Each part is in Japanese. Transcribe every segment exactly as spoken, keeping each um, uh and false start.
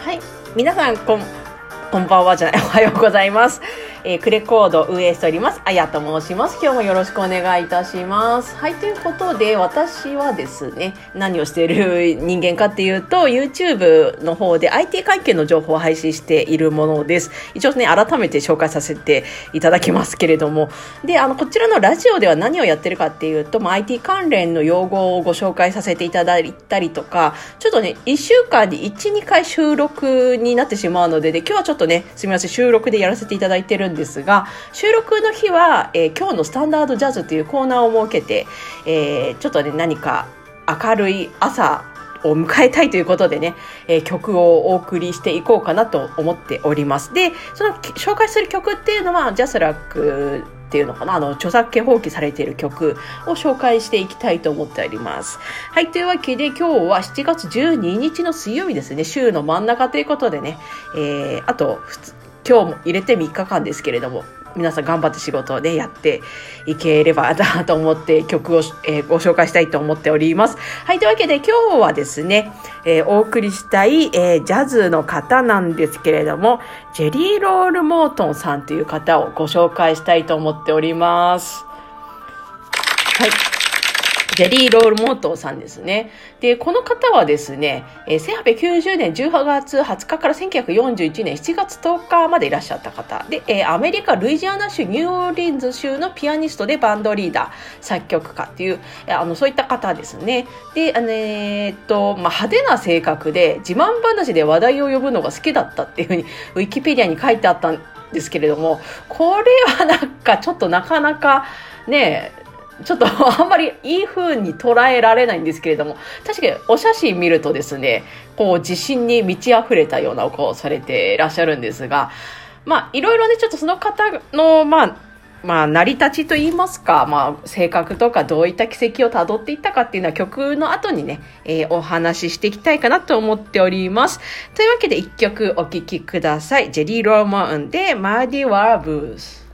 はい、皆さんこんこんばんはじゃない、おはようございます。えー、クレコード運営しております、あやと申します。今日もよろしくお願いいたします。はい、ということで、私はですね、何をしている人間かっていうと、YouTube の方で アイティー 関係の情報を配信しているものです。一応ね、改めて紹介させていただきますけれども、で、あの、こちらのラジオでは何をやってるかっていうと、まあ、アイティー 関連の用語をご紹介させていただいたりとか、ちょっとね、いっしゅうかんにいち、にかい収録になってしまうので、で、今日はちょっとね、すみません、収録でやらせていただいてるんですが、収録の日は、えー、今日のスタンダードジャズというコーナーを設けて、えー、ちょっとね、何か明るい朝を迎えたいということでね、えー、曲をお送りしていこうかなと思っております。で、その紹介する曲っていうのは、ジャスラックっていうのかな、あの、著作権放棄されている曲を紹介していきたいと思っております。はい、というわけで今日はしちがつじゅうににちの水曜日ですね、週の真ん中ということでね、えー、あと、今日も入れてみっかかんですけれども、皆さん頑張って仕事をね、やっていければなと思って曲を、えー、ご紹介したいと思っております。はい、というわけで今日はですね、えー、お送りしたい、えー、ジャズの方なんですけれども、ジェリー・ロール・モートンさんという方をご紹介したいと思っております。はい。ジェリー・ロール・モートンさんですね。で、この方はですね、えー、せんはっぴゃくきゅうじゅうねんじゅうがつはつかからせんきゅうひゃくよんじゅういちねんしちがつとおかまでいらっしゃった方で、えー、アメリカ・ルイジアナ州ニューオーリンズ州のピアニストでバンドリーダー、作曲家っていう、あの、そういった方ですね。で、あのえー、っと、まあ、派手な性格で自慢話で話題を呼ぶのが好きだったっていうふうにウィキペディアに書いてあったんですけれども、これはなんかちょっとなかなかね、ちょっとあんまりいい風に捉えられないんですけれども、確かにお写真見るとですね、こう自信に満ち溢れたようなお顔をされていらっしゃるんですが、まあいろいろね、ちょっとその方の、まあ、まあ成り立ちといいますか、まあ性格とかどういった軌跡を辿っていったかっていうのは曲の後にね、えー、お話ししていきたいかなと思っております。というわけで一曲お聴きください。ジェリー・ローマンでマーディ・ワーブース。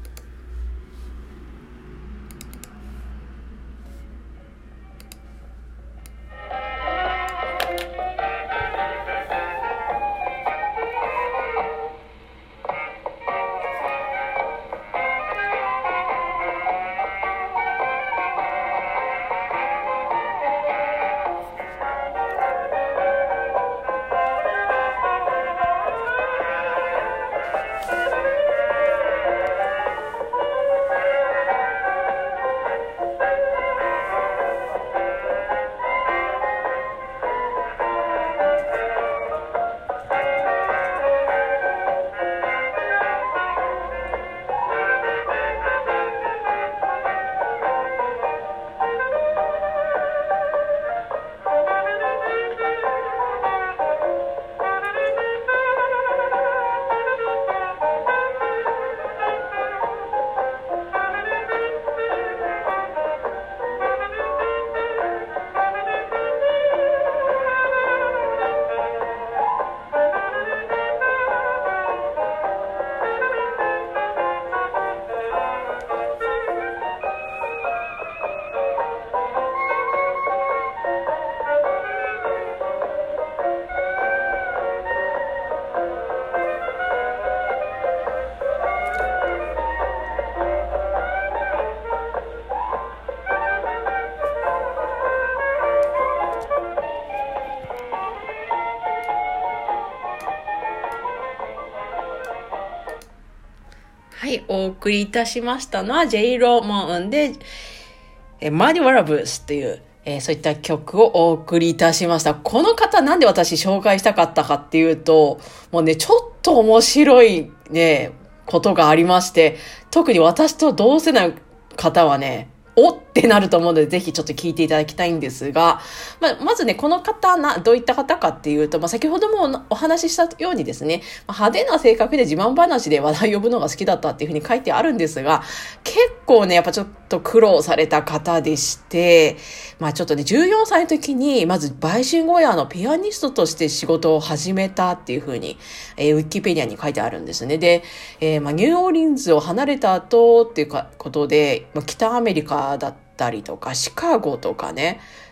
はい、お送りいたしましたのは、ジェイローモンで、えマーディ・ワラブースという、えー、そういった曲をお送りいたしました。この方なんで私紹介したかったかっていうと、もうね、ちょっと面白いね、ことがありまして、特に私と同世代の方はね、おってなると思うので、ぜひちょっと聞いていただきたいんですが、まあ、まずね、この方な、どういった方かっていうと、まあ、先ほどもお話ししたようにですね、派手な性格で自慢話で話題を呼ぶのが好きだったっていうふうに書いてあるんですが、結構ね、やっぱちょっと苦労された方でして、まあちょっとね、じゅうよんさいの時に、まず売春小屋のピアニストとして仕事を始めたっていうふうに、えー、ウィキペディアに書いてあるんですね。で、えー、まあニューオーリンズを離れた後っていうかことで、まあ、北アメリカだったりとか、シカゴとかね、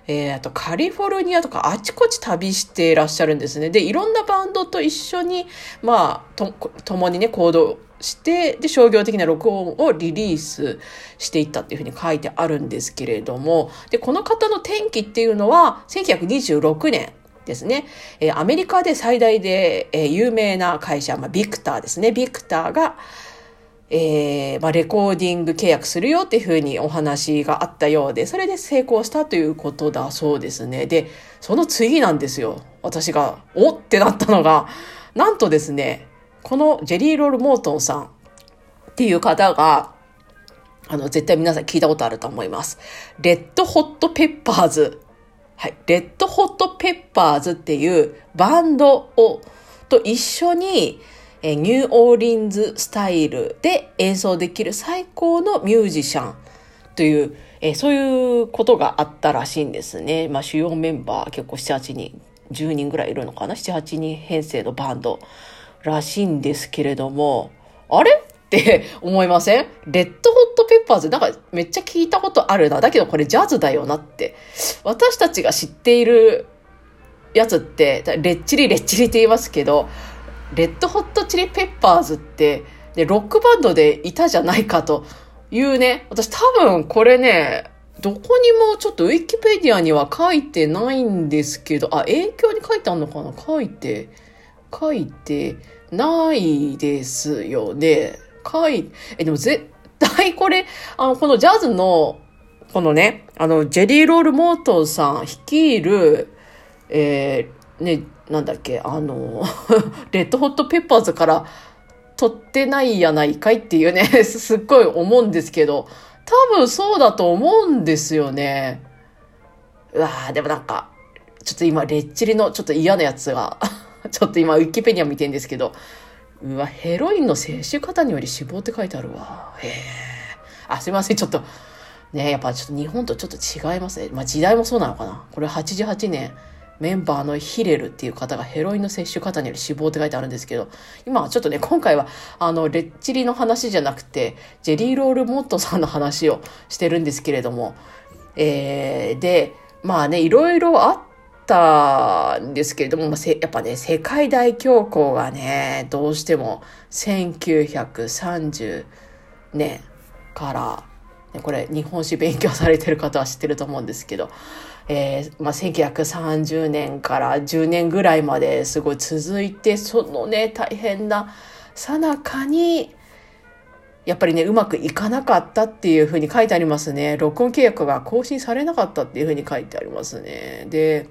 えー、あとカリフォルニアとかあちこち旅していらっしゃるんですね。で、いろんなバンドと一緒に、まあ、と、共にね、行動して、で、商業的な録音をリリースしていったっていうふうに書いてあるんですけれども、で、この方の転機っていうのは、せんきゅうひゃくにじゅうろくねん。ですね。えー、アメリカで最大で、えー、有名な会社、まあ、ビクターですね。ビクターが、えー、まあ、レコーディング契約するよっていうふうにお話があったようで、それで成功したということだそうですね。で、その次なんですよ。私が、おってなったのが、なんとですね、このジェリー・ロール・モートンさんっていう方が、あの、絶対皆さん聞いたことあると思います。レッド・ホット・ペッパーズ。はい。レッド・ホット・ペッパーズっていうバンドを、と一緒に、えニューオーリンズスタイルで演奏できる最高のミュージシャンという、えそういうことがあったらしいんですね。まあ主要メンバー結構なな、はちにん、じゅうにんぐらいいるのかな ?なな、はちにん編成のバンドらしいんですけれども、あれって思いません？レッドホットペッパーズなんかめっちゃ聞いたことあるな。だけどこれジャズだよなって。私たちが知っているやつって、レッチリレッチリって言いますけど、レッドホットチリペッパーズって、で、ロックバンドでいたじゃないかというね、私多分これね、どこにもちょっとウィキペディアには書いてないんですけど、あ、影響に書いてあるのかな？書いて、書いてないですよね。書い、え、でも絶対これ、あの、このジャズの、このね、あの、ジェリー・ロール・モートンさん率いる、えー、ね、なんだっけ、あの、レッドホットペッパーズから取ってないやないかいっていうね、すっごい思うんですけど、多分そうだと思うんですよね。うわー、でもなんか、ちょっと今、レッチリのちょっと嫌なやつが、ちょっと今、ウィキペディア見てんですけど、うわ、ヘロインの摂取方により死亡って書いてあるわ。へー。あ、すいません、ちょっと、ね、やっぱちょっと日本とちょっと違いますね。まあ時代もそうなのかな。これはちじゅうはちねん。メンバーのヒレルっていう方がヘロインの摂取方により死亡って書いてあるんですけど、今はちょっとね、今回はあの、レッチリの話じゃなくて、ジェリー・ロール・モットさんの話をしてるんですけれども、えー、で、まあね、いろいろあったんですけれども、まあ、せやっぱね、世界大恐慌がね、どうしてもせんきゅうひゃくさんじゅうねんから、これ日本史勉強されてる方は知ってると思うんですけど、えーまあ、せんきゅうひゃくさんじゅうねんからじゅうねんぐらいまですごい続いて、そのね大変な最中にやっぱりねうまくいかなかったっていうふうに書いてありますね。録音契約が更新されなかったっていうふうに書いてありますね。で、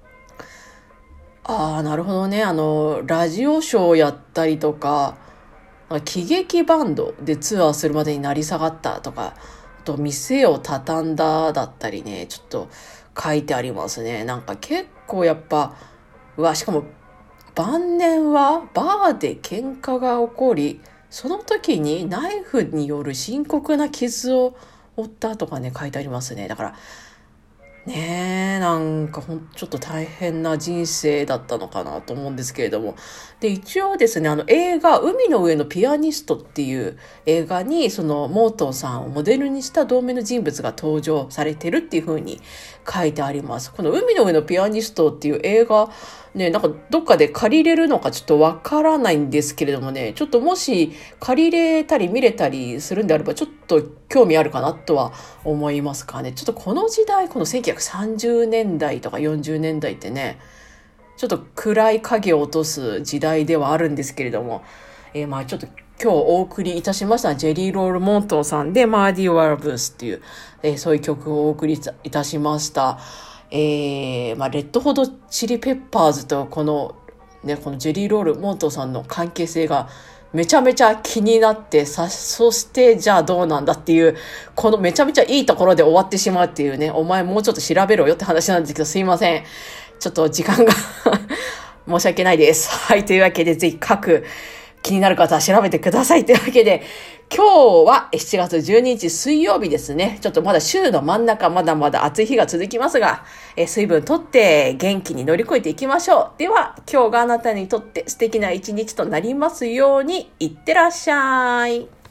ああなるほどね、あのラジオショーをやったりとか、喜劇バンドでツアーするまでになり下がったとか、あと店を畳んだだったりね、ちょっと書いてありますね。なんか結構やっぱ、うわ、しかも晩年はバーで喧嘩が起こり、その時にナイフによる深刻な傷を負ったとかね、書いてありますね。だからねえ、なんかほんちょっと大変な人生だったのかなと思うんですけれども。で、一応ですね、あの映画、海の上のピアニストっていう映画に、そのモートンさんをモデルにした同名の人物が登場されてるっていう風に書いてあります。この海の上のピアニストっていう映画、ね、なんかどっかで借りれるのかちょっとわからないんですけれどもね、ちょっともし借りれたり見れたりするんであれば、ちょっと興味あるかなとは思いますかね。ちょっとこの時代、このせんきゅうひゃくさんじゅうねんだいとかよんじゅうねんだいってね、ちょっと暗い影を落とす時代ではあるんですけれども、えー、まあちょっと今日お送りいたしましたジェリー・ロール・モントンさんでマーディ・ワルブースっていう、えー、そういう曲をお送りいたしました。えー、まあレッドホットチリペッパーズとこのね、このジェリー・ロール・モントンさんの関係性がめちゃめちゃ気になってさ、そしてじゃあどうなんだっていう、このめちゃめちゃいいところで終わってしまうっていうね、お前もうちょっと調べろよって話なんですけど、すいません。ちょっと時間が申し訳ないです。はい、というわけでぜひ各気になる方は調べてくださいというわけで、今日はしちがつじゅうににち水曜日ですね。ちょっとまだ週の真ん中、まだまだ暑い日が続きますが、え水分とって元気に乗り越えていきましょう。では、今日があなたにとって素敵な一日となりますように、いってらっしゃい。